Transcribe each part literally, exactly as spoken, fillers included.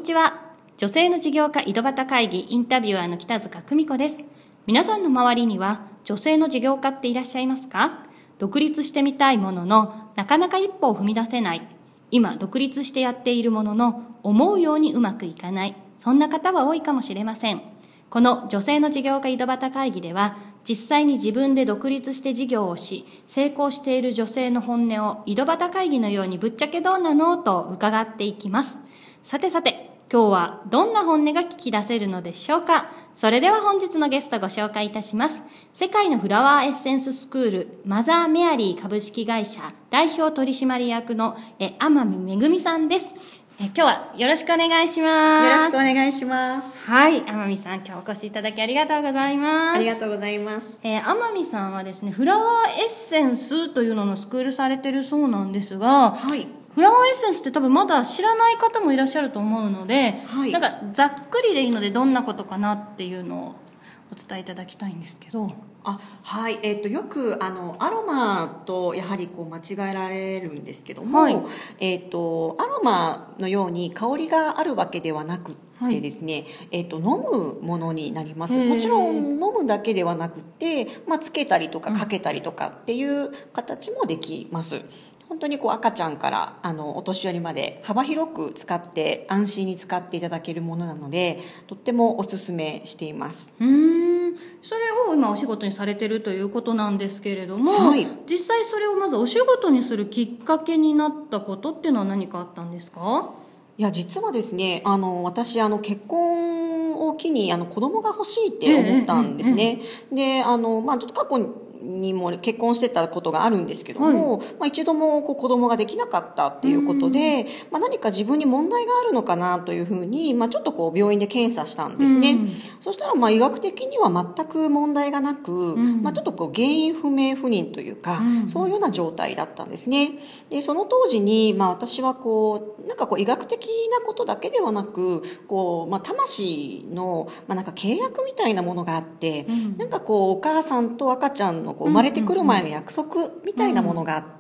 にちは。女性の事業家井戸端会議インタビュアーの北塚久美子です。皆さんの周りには女性の事業家っていらっしゃいますか？独立してみたいもののなかなか一歩を踏み出せない、今独立してやっているものの思うようにうまくいかない、そんな方は多いかもしれません。この女性の事業家井戸端会議では、実際に自分で独立して事業をし成功している女性の本音を井戸端会議のようにぶっちゃけどうなのと伺っていきます。さてさて、今日はどんな本音が聞き出せるのでしょうか。それでは本日のゲストご紹介いたします。世界のフラワーエッセンススクールマザーメアリー株式会社代表取締役のえ天海めぐみさんです。え今日はよろしくお願いします。 よろしくお願いします。 はい、天海さん、今日お越しいただきありがとうございます。 ありがとうございます。 えー、天海さんはですね、フラワーエッセンスというののスクールされてるそうなんですが、 はい。 フラワーエッセンスって多分まだ知らない方もいらっしゃると思うので、 はい、 なんかざっくりでいいのでどんなことかなっていうのをお伝えいただきたいんですけど。 あはい、えー、とよくあのアロマとやはりこう間違えられるんですけども、はい、えー、とアロマのように香りがあるわけではなくてですね、はい、えー、と飲むものになります。もちろん飲むだけではなくて、まあ、つけたりとかかけたりとかっていう形もできます。本当にこう赤ちゃんからあのお年寄りまで幅広く使って安心に使っていただけるものなので、とってもおすすめしています。 うーん、それを今お仕事にされてるということなんですけれども、はい、実際それをまずお仕事にするきっかけになったことっていうのは何かあったんですか？ いや実はですね、あの私あの結婚を機にあの子供が欲しいって思ったんですね。ええええ、であの、まあ、ちょっと過去ににも結婚してたことがあるんですけども、はい、まあ、一度もこう子供ができなかったっていうことで、まあ、何か自分に問題があるのかなというふうに、まあ、ちょっとこう病院で検査したんですね。そしたらまあ医学的には全く問題がなく、まあ、ちょっとこう原因不明不妊というか、そういうような状態だったんですね。でその当時に、まあ、私はこうなんかこう医学的なことだけではなくこう、まあ、魂の、まあ、なんか契約みたいなものがあって、なんかこうお母さんと赤ちゃんのこう生まれてくる前の約束みたいなものがあって、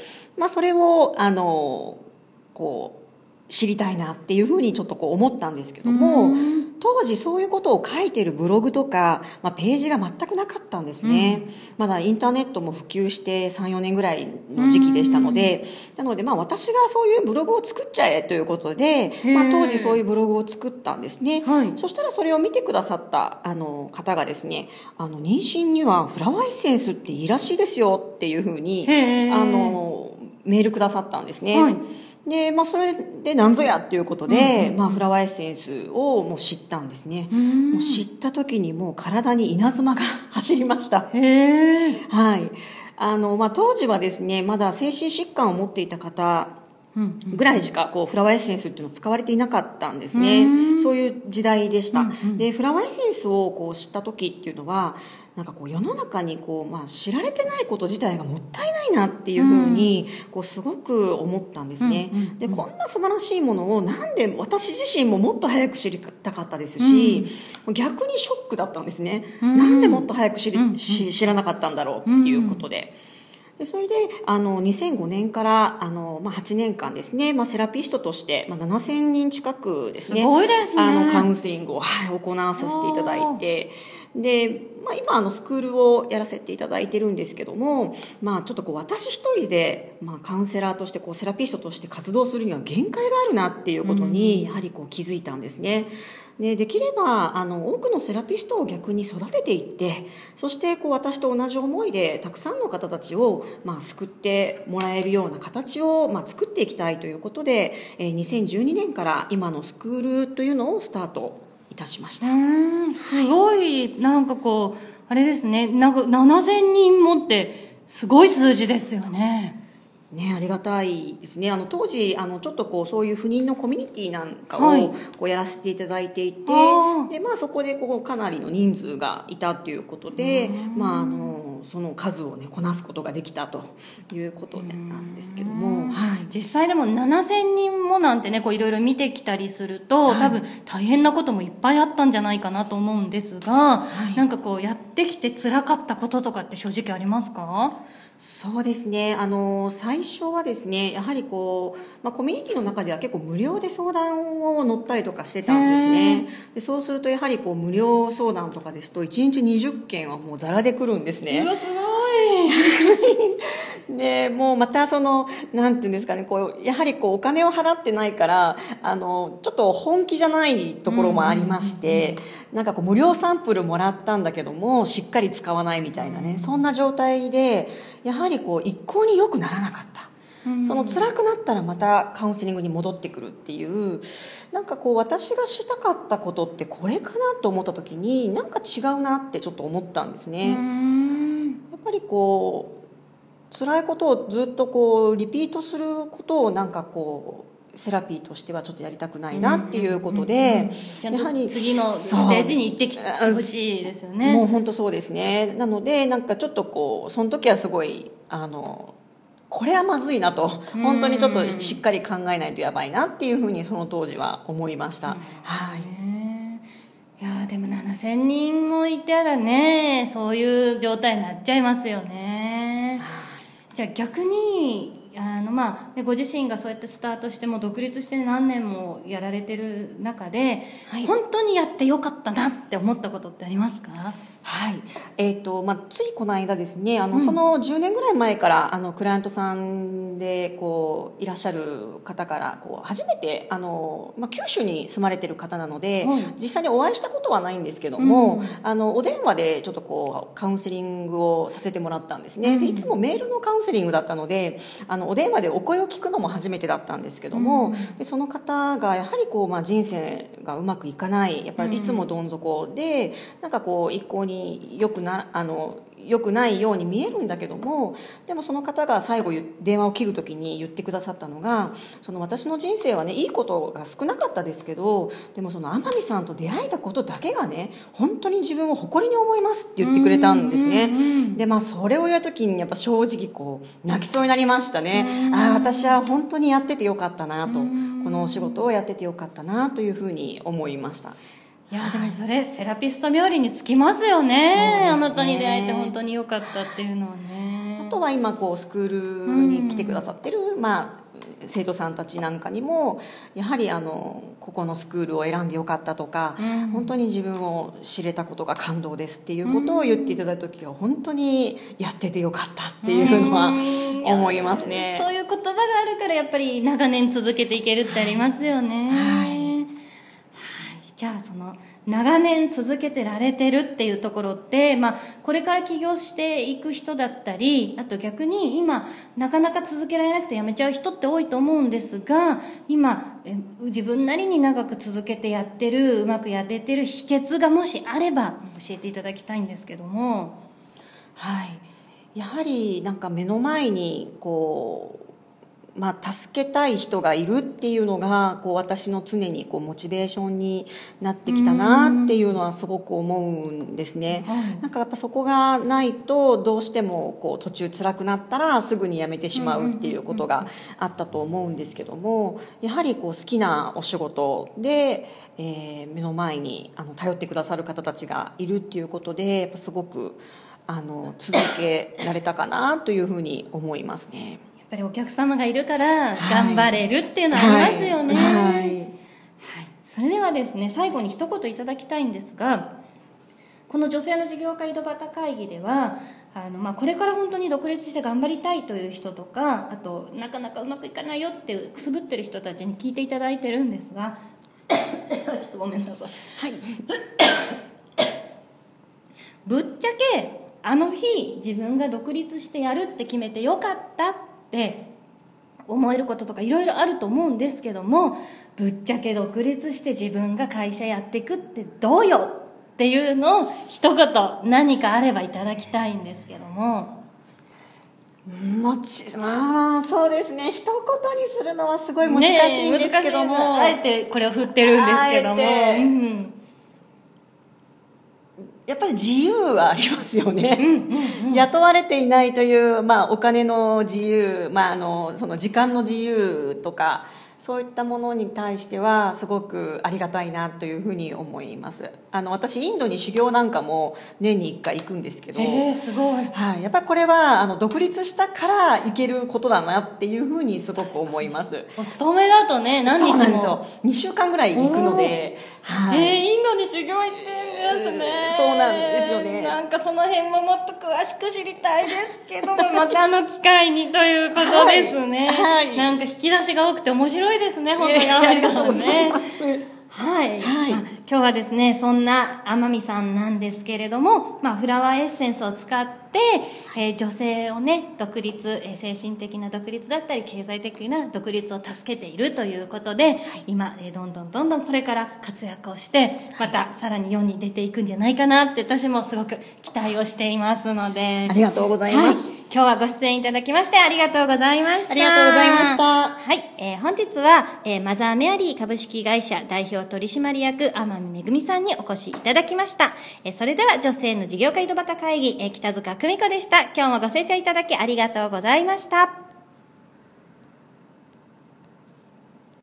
まあ、それをあのこう知りたいなっていうふうにちょっとこう思ったんですけども、当時そういうことを書いてるブログとか、まあ、ページが全くなかったんですね。うん、まだインターネットも普及してさん、よねんぐらいの時期でしたので、なのでまあ私がそういうブログを作っちゃえということで、まあ、当時そういうブログを作ったんですね。はい、そしたらそれを見てくださったあの方がですね、あの妊娠にはフラワーエッセンスっていいらしいですよっていうふうにあのメールくださったんですね。はい、でまあ、それで何ぞやっていうことで、うんうん、まあ、フラワーエッセンスをもう知ったんですね。もう知った時にもう体に稲妻が走りました。 へー、 はい、あの、まあ、当時はですねまだ精神疾患を持っていた方ぐらいしかこうフラワーエッセンスっていうのを使われていなかったんですね。そういう時代でした。うんうん、でフラワーエッセンスをこう知った時っていうのはなんかこう世の中にこう、まあ、知られてないこと自体がもったいないなっていうふうにこうすごく思ったんですね。うんうんうん、でこんな素晴らしいものをなんで私自身ももっと早く知りたかったですし、うん、逆にショックだったんですね。うん、なんでもっと早く知り、うんうん、知らなかったんだろうっていうことで。でそれであのにせんごねんからあの、まあ、はちねんかんですね、まあ、セラピストとして、まあ、ななせんにん近くですね、 すごいですね、 あのカウンセリングを、はい、行わさせていただいて、で、まあ、今あのスクールをやらせていただいてるんですけども、まあ、ちょっとこう私一人で、まあ、カウンセラーとしてこうセラピストとして活動するには限界があるなっていうことにやはりこう気づいたんですね。で, できればあの多くのセラピストを逆に育てていって、そしてこう私と同じ思いでたくさんの方たちを、まあ、救ってもらえるような形を、まあ、作っていきたいということで、えー、にせんじゅうにねんから今のスクールというのをスタートいたしました。 うーん、すごい、なんかこうあれですね、なんかななせんにんもってすごい数字ですよね。 ね、ありがたいですね。あの当時あのちょっとこうそういう不妊のコミュニティなんかをこうやらせていただいていて、はい、でまあ、そこでこうかなりの人数がいたということで、まあ、あのその数を、ね、こなすことができたということなんですけども、 はい、実際でもななせんにんもなんてね、こういろいろ見てきたりすると、はい、多分大変なこともいっぱいあったんじゃないかなと思うんですが、はい、なんかこうやってきて辛かったこととかって正直ありますか？ そうですね、あの最初はですね、やはりこう、まあ、コミュニティの中では結構無料で相談を乗ったりとかしてたんですね。でそうするとやはりこう無料相談とかですといちにちにじゅっけんはもうザラで来るんですね。 うわすごいでもうまたそのなんていうんですかね、こうやはりこうお金を払ってないからあのちょっと本気じゃないところもありまして、なんかこう無料サンプルもらったんだけどもしっかり使わないみたいなね、そんな状態でやはりこう一向に良くならなかった。その辛くなったらまたカウンセリングに戻ってくるっていう、なんかこう私がしたかったことってこれかなと思った時になんか違うなってちょっと思ったんですね。やっぱりこう辛いことをずっとこうリピートすることをなんかこうセラピーとしてはちょっとやりたくないなっていうことで、 やはり次のステージに行ってきてほしいですよね。 もう本当そうですね。なのでなんかちょっとこうその時はすごいあのこれはまずいなと、本当にちょっとしっかり考えないとやばいなっていうふうにその当時は思いました。はい。 いやでもななせんにんもいたらね、そういう状態になっちゃいますよね。じゃあ逆にあの、まあ、ご自身がそうやってスタートしても独立して何年もやられてる中で、はい、本当にやってよかったなって思ったことってありますか？ はい、えーとまあ、ついこの間ですね、あの、うん、そのじゅうねんぐらい前からあのクライアントさんでこういらっしゃる方からこう初めてあの、まあ、九州に住まれてる方なので、うん、実際にお会いしたことはないんですけども、うん、あのお電話でちょっとこうカウンセリングをさせてもらったんですね。でいつもメールのカウンセリングだったのであのお電話でお声を聞くのも初めてだったんですけども、でその方がやはりこう、まあ、人生がうまくいかない、やっぱりいつもどん底でなんかこう一向によくなあの良くないように見えるんだけども、でもその方が最後電話を切る時に言ってくださったのが、その私の人生はねいいことが少なかったですけど、でもその天海さんと出会えたことだけがね本当に自分を誇りに思いますって言ってくれたんですね。でまあそれを言う時にやっぱ正直こう泣きそうになりましたね。ああ私は本当にやっててよかったなと、このお仕事をやっててよかったなというふうに思いました。 いやでもそれセラピスト冥利につきますよ ね, ねあなたに出会えて本当に良かったっていうのはね。 あとは今こうスクールに来てくださってる、うんまあ、生徒さんたちなんかにもやはりあのここのスクールを選んでよかったとか、うん、本当に自分を知れたことが感動ですっていうことを言っていただいた時は本当にやっててよかったっていうのは思いますね。 そういう言葉があるからやっぱり長年続けていけるってありますよね。はいはいじゃあその長年続けてられてるっていうところって、まあ、これから起業していく人だったり、あと逆に今なかなか続けられなくて辞めちゃう人って多いと思うんですが、今自分なりに長く続けてやってる、うまくやれてる秘訣がもしあれば教えていただきたいんですけども。 はい、やはりなんか目の前にこうまあ、助けたい人がいるっていうのがこう私の常にこうモチベーションになってきたなっていうのはすごく思うんですね。なんかやっぱそこがないとどうしてもこう途中辛くなったらすぐに辞めてしまうっていうことがあったと思うんですけども、やはりこう好きなお仕事で、えー、目の前にあの頼ってくださる方たちがいるっていうことでやっぱすごくあの続けられたかなというふうに思いますね。 やっぱりお客様がいるから頑張れるっていうのはありますよね。はいはいはい、それではですね最後に一言いただきたいんですが、この女性の事業家井戸端会議ではあの、まあ、これから本当に独立して頑張りたいという人とか、あとなかなかうまくいかないよっていうくすぶってる人たちに聞いていただいてるんですがちょっとごめんなさい、はい、ぶっちゃけあの日自分が独立してやるって決めてよかったって思えることとかいろいろあると思うんですけども、ぶっちゃけ独立して自分が会社やっていくってどうよっていうのを一言何かあればいただきたいんですけども。 もちまあそうですね、一言にするのはすごい難しいんですけども、ね、 あえてこれを振ってるんですけども、うん、 やっぱり自由はありますよね、うんうんうん、雇われていないという、まあ、お金の自由、まあ、あのその時間の自由とかそういったものに対してはすごくありがたいなというふうに思います。あの私インドに修行なんかも年にいっかい行くんですけど、 えー、すごい、 はい、やっぱりこれはあの独立したから行けることだなっていうふうにすごく思います。 お勤めだとね何日も。 そうなんですよ、にしゅうかんぐらい行くので、 はい、えー、インドに修行行ってんですね、 えー、そうなんですよね。 なんかその辺ももっと詳しく知りたいですけどまたの機会にということですね、はいはい、なんか引き出しが多くて面白いですね、本当に天海さんね。はい、はい、まあ、今日はですねそんな天海さんなんですけれども、まあ、フラワーエッセンスを使って、えー、女性をね独立、えー、精神的な独立だったり経済的な独立を助けているということで、はい、今、えー、どんどんどんどんこれから活躍をしてまたさらに世に出ていくんじゃないかなって私もすごく期待をしていますので、 ありがとうございます、 はい、今日はご出演いただきましてありがとうございました。 ありがとうございました。 はい、えー、本日は、えー、マザーメアリー株式会社代表取締役天海恵さんにお越しいただきました。えー、それでは女性の事業家井戸端会議、えー、北塚久美子でした。今日もご清聴いただきありがとうございました。